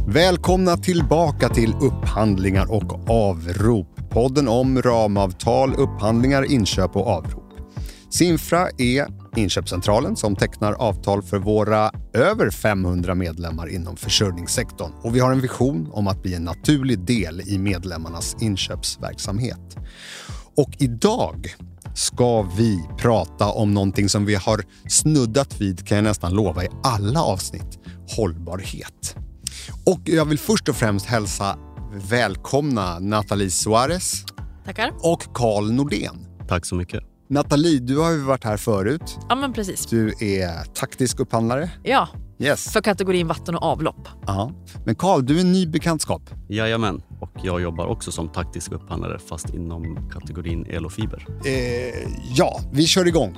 Välkomna tillbaka till Upphandlingar och avrop. Podden om ramavtal, upphandlingar, inköp och avrop. Sinfra är inköpscentralen som tecknar avtal för våra över 500 medlemmar inom försörjningssektorn. Och vi har en vision om att bli en naturlig del i medlemmarnas inköpsverksamhet. Och idag ska vi prata om någonting som vi har snuddat vid, kan jag nästan lova, i alla avsnitt. Hållbarhet. Och jag vill först och främst hälsa välkomna Nathalie Suarez. Tackar. Och Carl Nordén. Tack så mycket. Nathalie, du har ju varit här förut. Ja, men precis. Du är taktisk upphandlare. Ja, Yes. för kategorin vatten och avlopp. Aha. Men Carl, du är en ny bekantskap. Jajamän, och jag jobbar också som taktisk upphandlare fast inom kategorin el och fiber. Ja, vi kör igång.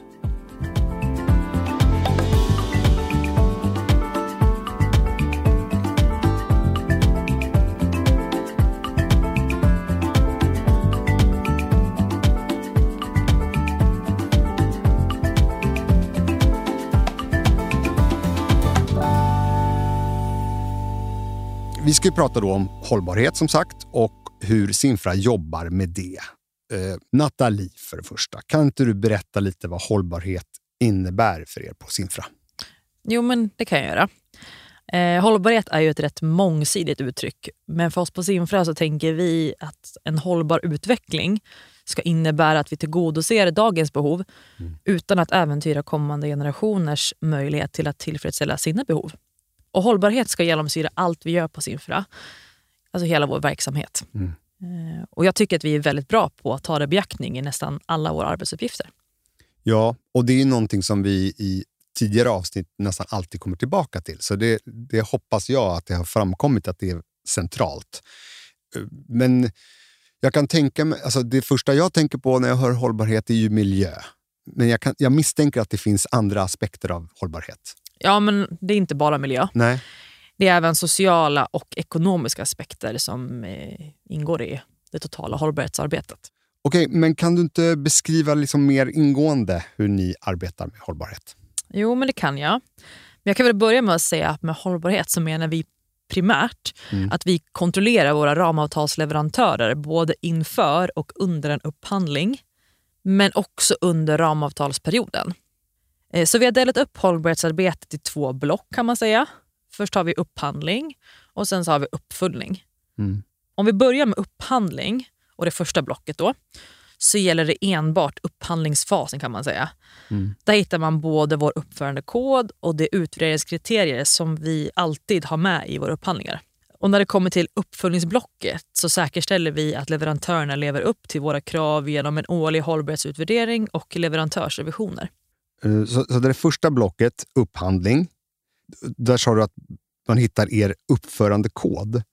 Vi ska ju prata då om hållbarhet som sagt och hur Sinfra jobbar med det. Nathalie för det första, kan inte du berätta lite vad hållbarhet innebär för er på Sinfra? Jo, men det kan jag göra. Hållbarhet är ju ett rätt mångsidigt uttryck. Men för oss på Sinfra så tänker vi att en hållbar utveckling ska innebära att vi tillgodoser dagens behov utan att äventyra kommande generationers möjlighet till att tillfredsställa sina behov. Och hållbarhet ska genomsyra allt vi gör på Sinfra. Alltså hela vår verksamhet. Och jag tycker att vi är väldigt bra på att ta det i beaktning i nästan alla våra arbetsuppgifter. Ja, och det är någonting som vi i tidigare avsnitt nästan alltid kommer tillbaka till. Så det hoppas jag att det har framkommit att det är centralt. Men jag kan tänka mig, alltså det första jag tänker på när jag hör hållbarhet är ju miljö. Men jag misstänker att det finns andra aspekter av hållbarhet. Ja, men det är inte bara miljö. Nej. Det är även sociala och ekonomiska aspekter som ingår i det totala hållbarhetsarbetet. Okej, men kan du inte beskriva liksom mer ingående hur ni arbetar med hållbarhet? Jo, men det kan jag. Men jag kan väl börja med att säga att med hållbarhet så menar vi primärt att vi kontrollerar våra ramavtalsleverantörer både inför och under en upphandling, men också under ramavtalsperioden. Så vi har delat upp hållbarhetsarbetet i 2 block kan man säga. Först har vi upphandling och sen så har vi uppföljning. Om vi börjar med upphandling och det första blocket då, så gäller det enbart upphandlingsfasen kan man säga. Där hittar man både vår uppförandekod och de utvärderingskriterier som vi alltid har med i våra upphandlingar. Och när det kommer till uppföljningsblocket så säkerställer vi att leverantörerna lever upp till våra krav genom en årlig hållbarhetsutvärdering och leverantörsrevisioner. Så det första blocket, upphandling, där sa du att man hittar er uppförandekod.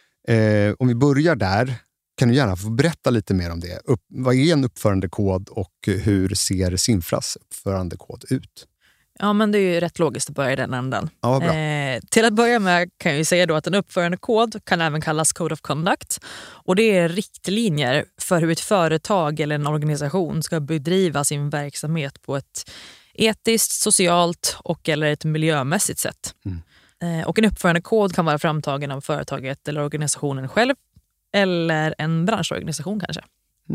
Om vi börjar där, kan du gärna få berätta lite mer om det. Vad är en uppförandekod och hur ser Sinfras uppförandekod ut? Ja, men det är ju rätt logiskt att börja i den änden. Ja, bra. Till att börja med kan jag ju säga då att en uppförandekod kan även kallas Code of Conduct. Och det är riktlinjer för hur ett företag eller en organisation ska bedriva sin verksamhet på ett etiskt, socialt och eller ett miljömässigt sätt. Och en uppförandekod kan vara framtagen av företaget eller organisationen själv eller en branschorganisation kanske.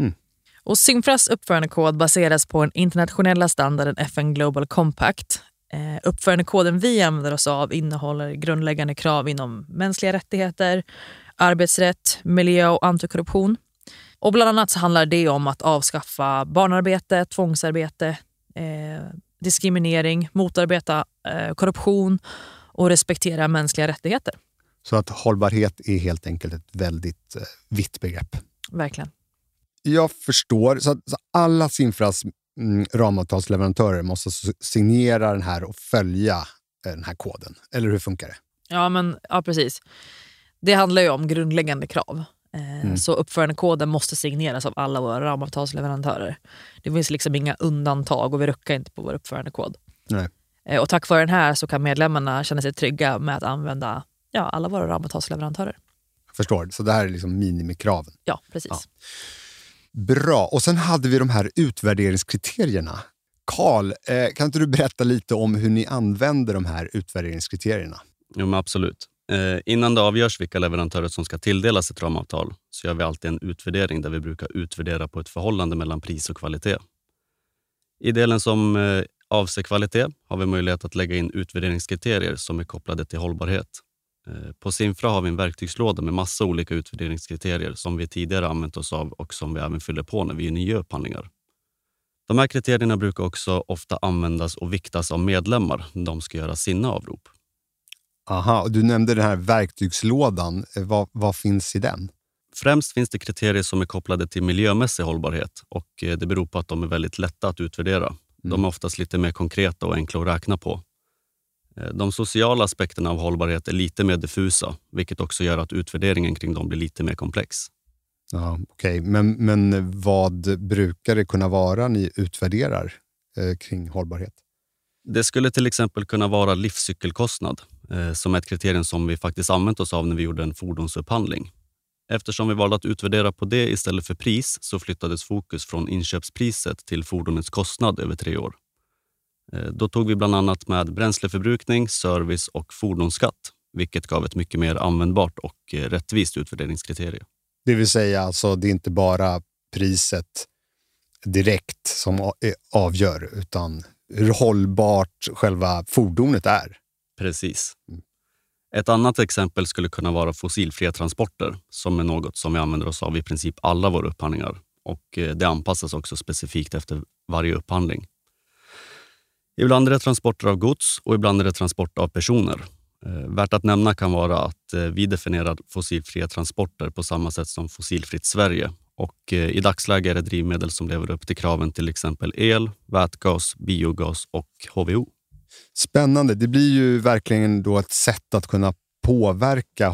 Och Sinfras uppförandekod baseras på den internationella standarden FN Global Compact. Uppförandekoden vi använder oss av innehåller grundläggande krav inom mänskliga rättigheter, arbetsrätt, miljö och antikorruption. Och bland annat så handlar det om att avskaffa barnarbete, tvångsarbete, diskriminering, motarbeta korruption och respektera mänskliga rättigheter. Så att hållbarhet är helt enkelt ett väldigt vitt begrepp. Verkligen. Jag förstår. Så alla Sinfras ramavtalsleverantörer måste signera den här och följa den här koden. Eller hur funkar det? Ja, precis. Det handlar ju om grundläggande krav. Så uppförandekoden måste signeras av alla våra ramavtalsleverantörer. Det finns liksom inga undantag och vi ruckar inte på vår uppförandekod. Nej. Och tack vare den här så kan medlemmarna känna sig trygga med att använda alla våra ramavtalsleverantörer. Jag förstår. Så det här är liksom minimikraven. Ja, precis. Ja. Bra. Och sen hade vi de här utvärderingskriterierna. Carl, kan inte du berätta lite om hur ni använder de här utvärderingskriterierna? Jo, men absolut. Innan det avgörs vilka leverantörer som ska tilldelas ett ramavtal så gör vi alltid en utvärdering där vi brukar utvärdera på ett förhållande mellan pris och kvalitet. I delen som avser kvalitet har vi möjlighet att lägga in utvärderingskriterier som är kopplade till hållbarhet. På Simfra har vi en verktygslåda med massa olika utvärderingskriterier som vi tidigare använt oss av och som vi även fyller på när vi gör nya upphandlingar. De här kriterierna brukar också ofta användas och viktas av medlemmar när de ska göra sina avrop. Aha, och du nämnde den här verktygslådan. Vad finns i den? Främst finns det kriterier som är kopplade till miljömässig hållbarhet och det beror på att de är väldigt lätta att utvärdera. De är oftast lite mer konkreta och enkla att räkna på. De sociala aspekterna av hållbarhet är lite mer diffusa, vilket också gör att utvärderingen kring dem blir lite mer komplex. Ja, okej. Men vad brukar det kunna vara ni utvärderar kring hållbarhet? Det skulle till exempel kunna vara livscykelkostnad, som är ett kriterium som vi faktiskt använt oss av när vi gjorde en fordonsupphandling. Eftersom vi valde att utvärdera på det istället för pris så flyttades fokus från inköpspriset till fordonets kostnad över 3 år. Då tog vi bland annat med bränsleförbrukning, service och fordonsskatt, vilket gav ett mycket mer användbart och rättvist utvärderingskriterie. Det vill säga alltså det är inte bara priset direkt som avgör utan hur hållbart själva fordonet är. Precis. Ett annat exempel skulle kunna vara fossilfria transporter som är något som vi använder oss av i princip alla våra upphandlingar och det anpassas också specifikt efter varje upphandling. Ibland är det transporter av gods och ibland är det transport av personer. Värt att nämna kan vara att vi definierar fossilfria transporter på samma sätt som Fossilfritt Sverige och i dagsläget är det drivmedel som lever upp till kraven till exempel el, vätgas, biogas och HVO. Spännande. Det blir ju verkligen då ett sätt att kunna påverka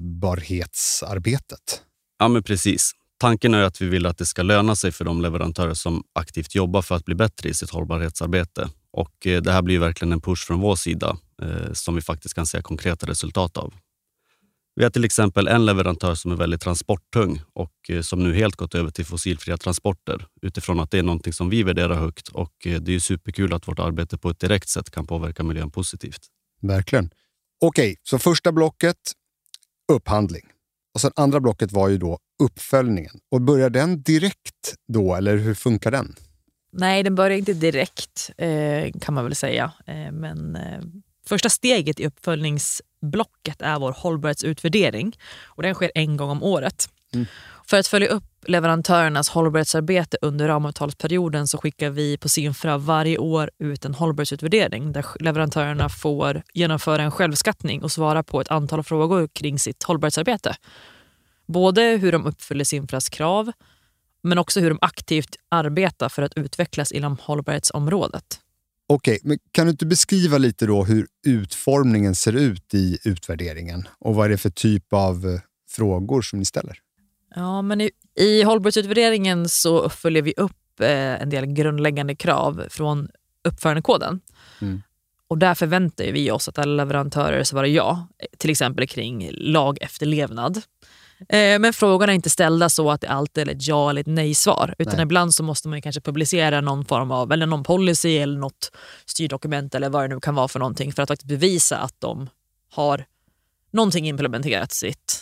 hållbarhetsarbetet. Ja, men precis. Tanken är att vi vill att det ska löna sig för de leverantörer som aktivt jobbar för att bli bättre i sitt hållbarhetsarbete. Och det här blir verkligen en push från vår sida som vi faktiskt kan se konkreta resultat av. Vi har till exempel en leverantör som är väldigt transporttung och som nu helt gått över till fossilfria transporter utifrån att det är någonting som vi värderar högt och det är ju superkul att vårt arbete på ett direkt sätt kan påverka miljön positivt. Verkligen. Okej, så första blocket, upphandling. Och sen andra blocket var ju då uppföljningen. Och börjar den direkt då eller hur funkar den? Nej, den börjar inte direkt kan man väl säga. Men första steget i uppföljningsblocket är vår hållbarhetsutvärdering. Och den sker en gång om året. För att följa upp leverantörernas hållbarhetsarbete under ramavtalsperioden så skickar vi på Simfra varje år ut en hållbarhetsutvärdering där leverantörerna får genomföra en självskattning och svara på ett antal frågor kring sitt hållbarhetsarbete. Både hur de uppfyller Simfras krav men också hur de aktivt arbetar för att utvecklas inom hållbarhetsområdet. Okej, men kan du inte beskriva lite då hur utformningen ser ut i utvärderingen och vad är det för typ av frågor som ni ställer? Ja, men i hållbarhetsutvärderingen så följer vi upp en del grundläggande krav från uppförandekoden. Och där förväntar vi oss att alla leverantörer svarar ja, till exempel kring lagefterlevnad. Men frågorna är inte ställda så att det alltid är ett ja eller ett nej-svar. Utan ibland så måste man kanske publicera någon form av, eller någon policy eller något styrdokument eller vad det nu kan vara för någonting för att faktiskt bevisa att de har någonting implementerat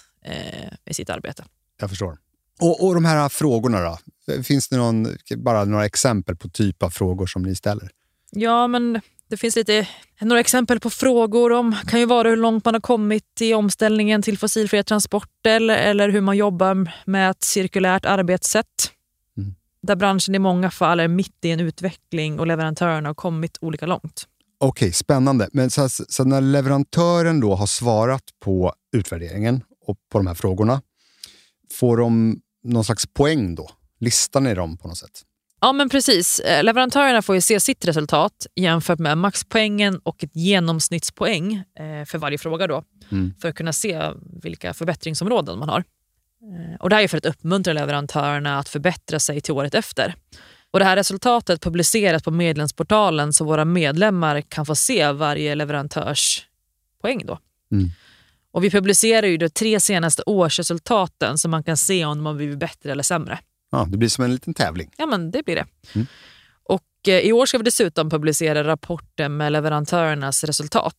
i sitt arbete. Jag förstår. Och de här frågorna då? Finns det bara några exempel på typ av frågor som ni ställer? Ja, men det finns några exempel på frågor kan ju vara hur långt man har kommit i omställningen till fossilfria transporter eller hur man jobbar med ett cirkulärt arbetssätt. Där branschen i många fall är mitt i en utveckling och leverantörerna har kommit olika långt. Okej, spännande. Men så när leverantören då har svarat på utvärderingen och på de här frågorna, får de någon slags poäng då? Listar ni dem på något sätt? Ja, men precis. Leverantörerna får ju se sitt resultat jämfört med maxpoängen och ett genomsnittspoäng för varje fråga då. För att kunna se vilka förbättringsområden man har. Och det här är för att uppmuntra leverantörerna att förbättra sig till året efter. Och det här resultatet publiceras på medlemsportalen så våra medlemmar kan få se varje leverantörs poäng då. Och vi publicerar ju de 3 senaste årsresultaten så man kan se om de har blivit bättre eller sämre. Ja, det blir som en liten tävling. Ja, men det blir det. Och i år ska vi dessutom publicera rapporten med leverantörernas resultat.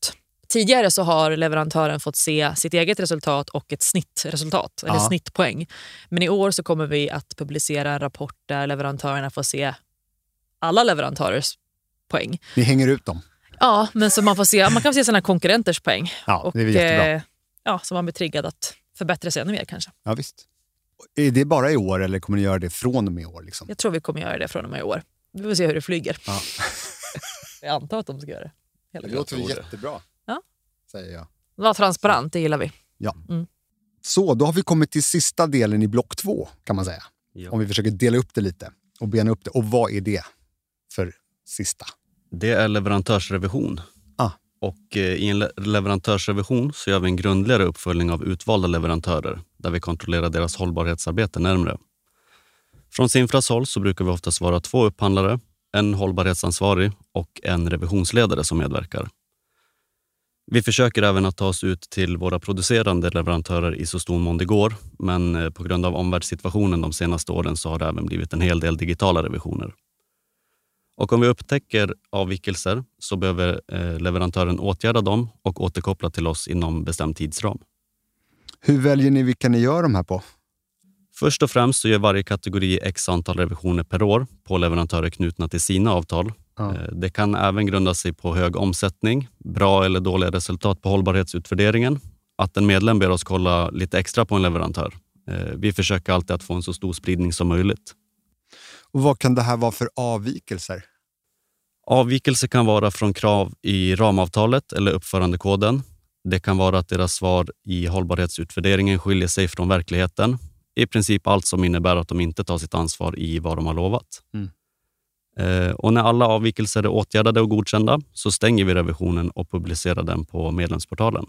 Tidigare så har leverantören fått se sitt eget resultat och ett snittresultat, eller snittpoäng. Men i år så kommer vi att publicera en rapport där leverantörerna får se alla leverantörers poäng. Ni hänger ut dem? Ja, men så man kan se sina konkurrenters poäng. Ja, och, det är jättebra. Så man blir triggad att förbättra sig ännu mer kanske. Ja, visst. Är det bara i år eller kommer ni göra det från och med i år? Liksom? Jag tror vi kommer göra det från och med i år. Vi får se hur det flyger. Ja. Jag antar att de ska göra det. Det låter jättebra, säger jag. Var transparent, det gillar vi. Ja. Så, då har vi kommit till sista delen i block 2 kan man säga. Ja. Om vi försöker dela upp det lite och bena upp det. Och vad är det för sista? Det är leverantörsrevision. Och i en leverantörsrevision så gör vi en grundligare uppföljning av utvalda leverantörer där vi kontrollerar deras hållbarhetsarbete närmare. Från Simfras håll så brukar vi oftast vara 2 upphandlare, en hållbarhetsansvarig och en revisionsledare som medverkar. Vi försöker även att ta oss ut till våra producerande leverantörer i så stor mån det går, men på grund av omvärldssituationen de senaste åren så har det även blivit en hel del digitala revisioner. Och om vi upptäcker avvikelser så behöver leverantören åtgärda dem och återkoppla till oss inom bestämd tidsram. Hur väljer ni vilka ni gör de här på? Först och främst så gör varje kategori x antal revisioner per år på leverantörer knutna till sina avtal. Det kan även grunda sig på hög omsättning, bra eller dåliga resultat på hållbarhetsutvärderingen, att en medlem ber oss kolla lite extra på en leverantör. Vi försöker alltid att få en så stor spridning som möjligt. Och vad kan det här vara för avvikelser? Avvikelser kan vara från krav i ramavtalet eller uppförandekoden. Det kan vara att deras svar i hållbarhetsutvärderingen skiljer sig från verkligheten. I princip allt som innebär att de inte tar sitt ansvar i vad de har lovat. Och när alla avvikelser är åtgärdade och godkända så stänger vi revisionen och publicerar den på medlemsportalen.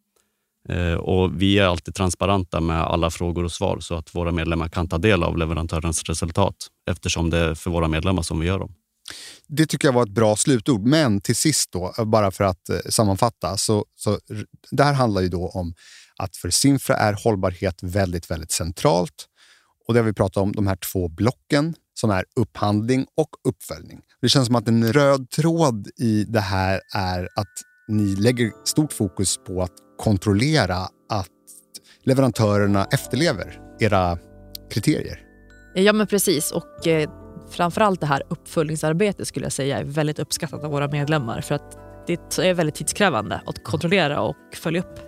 Och vi är alltid transparenta med alla frågor och svar så att våra medlemmar kan ta del av leverantörens resultat eftersom det är för våra medlemmar som vi gör dem. Det tycker jag var ett bra slutord, men till sist då, bara för att sammanfatta, så det här handlar ju då om att för Simfra är hållbarhet väldigt, väldigt centralt. Och det har vi pratat om, de här 2 blocken som är upphandling och uppföljning. Det känns som att en röd tråd i det här är att ni lägger stort fokus på att kontrollera att leverantörerna efterlever era kriterier. Ja, men precis. Och framförallt det här uppföljningsarbetet skulle jag säga är väldigt uppskattat av våra medlemmar. För att det är väldigt tidskrävande att kontrollera och följa upp.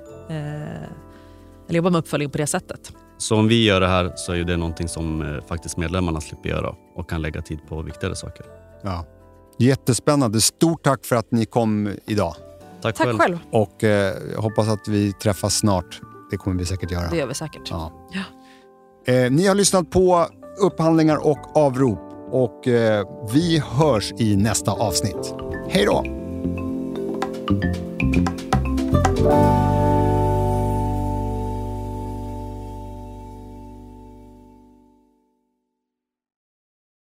Eller jobba med uppföljning på det sättet. Så om vi gör det här så är ju det någonting som faktiskt medlemmarna slipper göra och kan lägga tid på viktigare saker. Ja. Jättespännande. Stort tack för att ni kom idag. Tack själv. Och jag hoppas att vi träffas snart. Det kommer vi säkert göra. Det gör vi säkert. Ja. Ni har lyssnat på upphandlingar och avrop. Och vi hörs i nästa avsnitt. Hej då!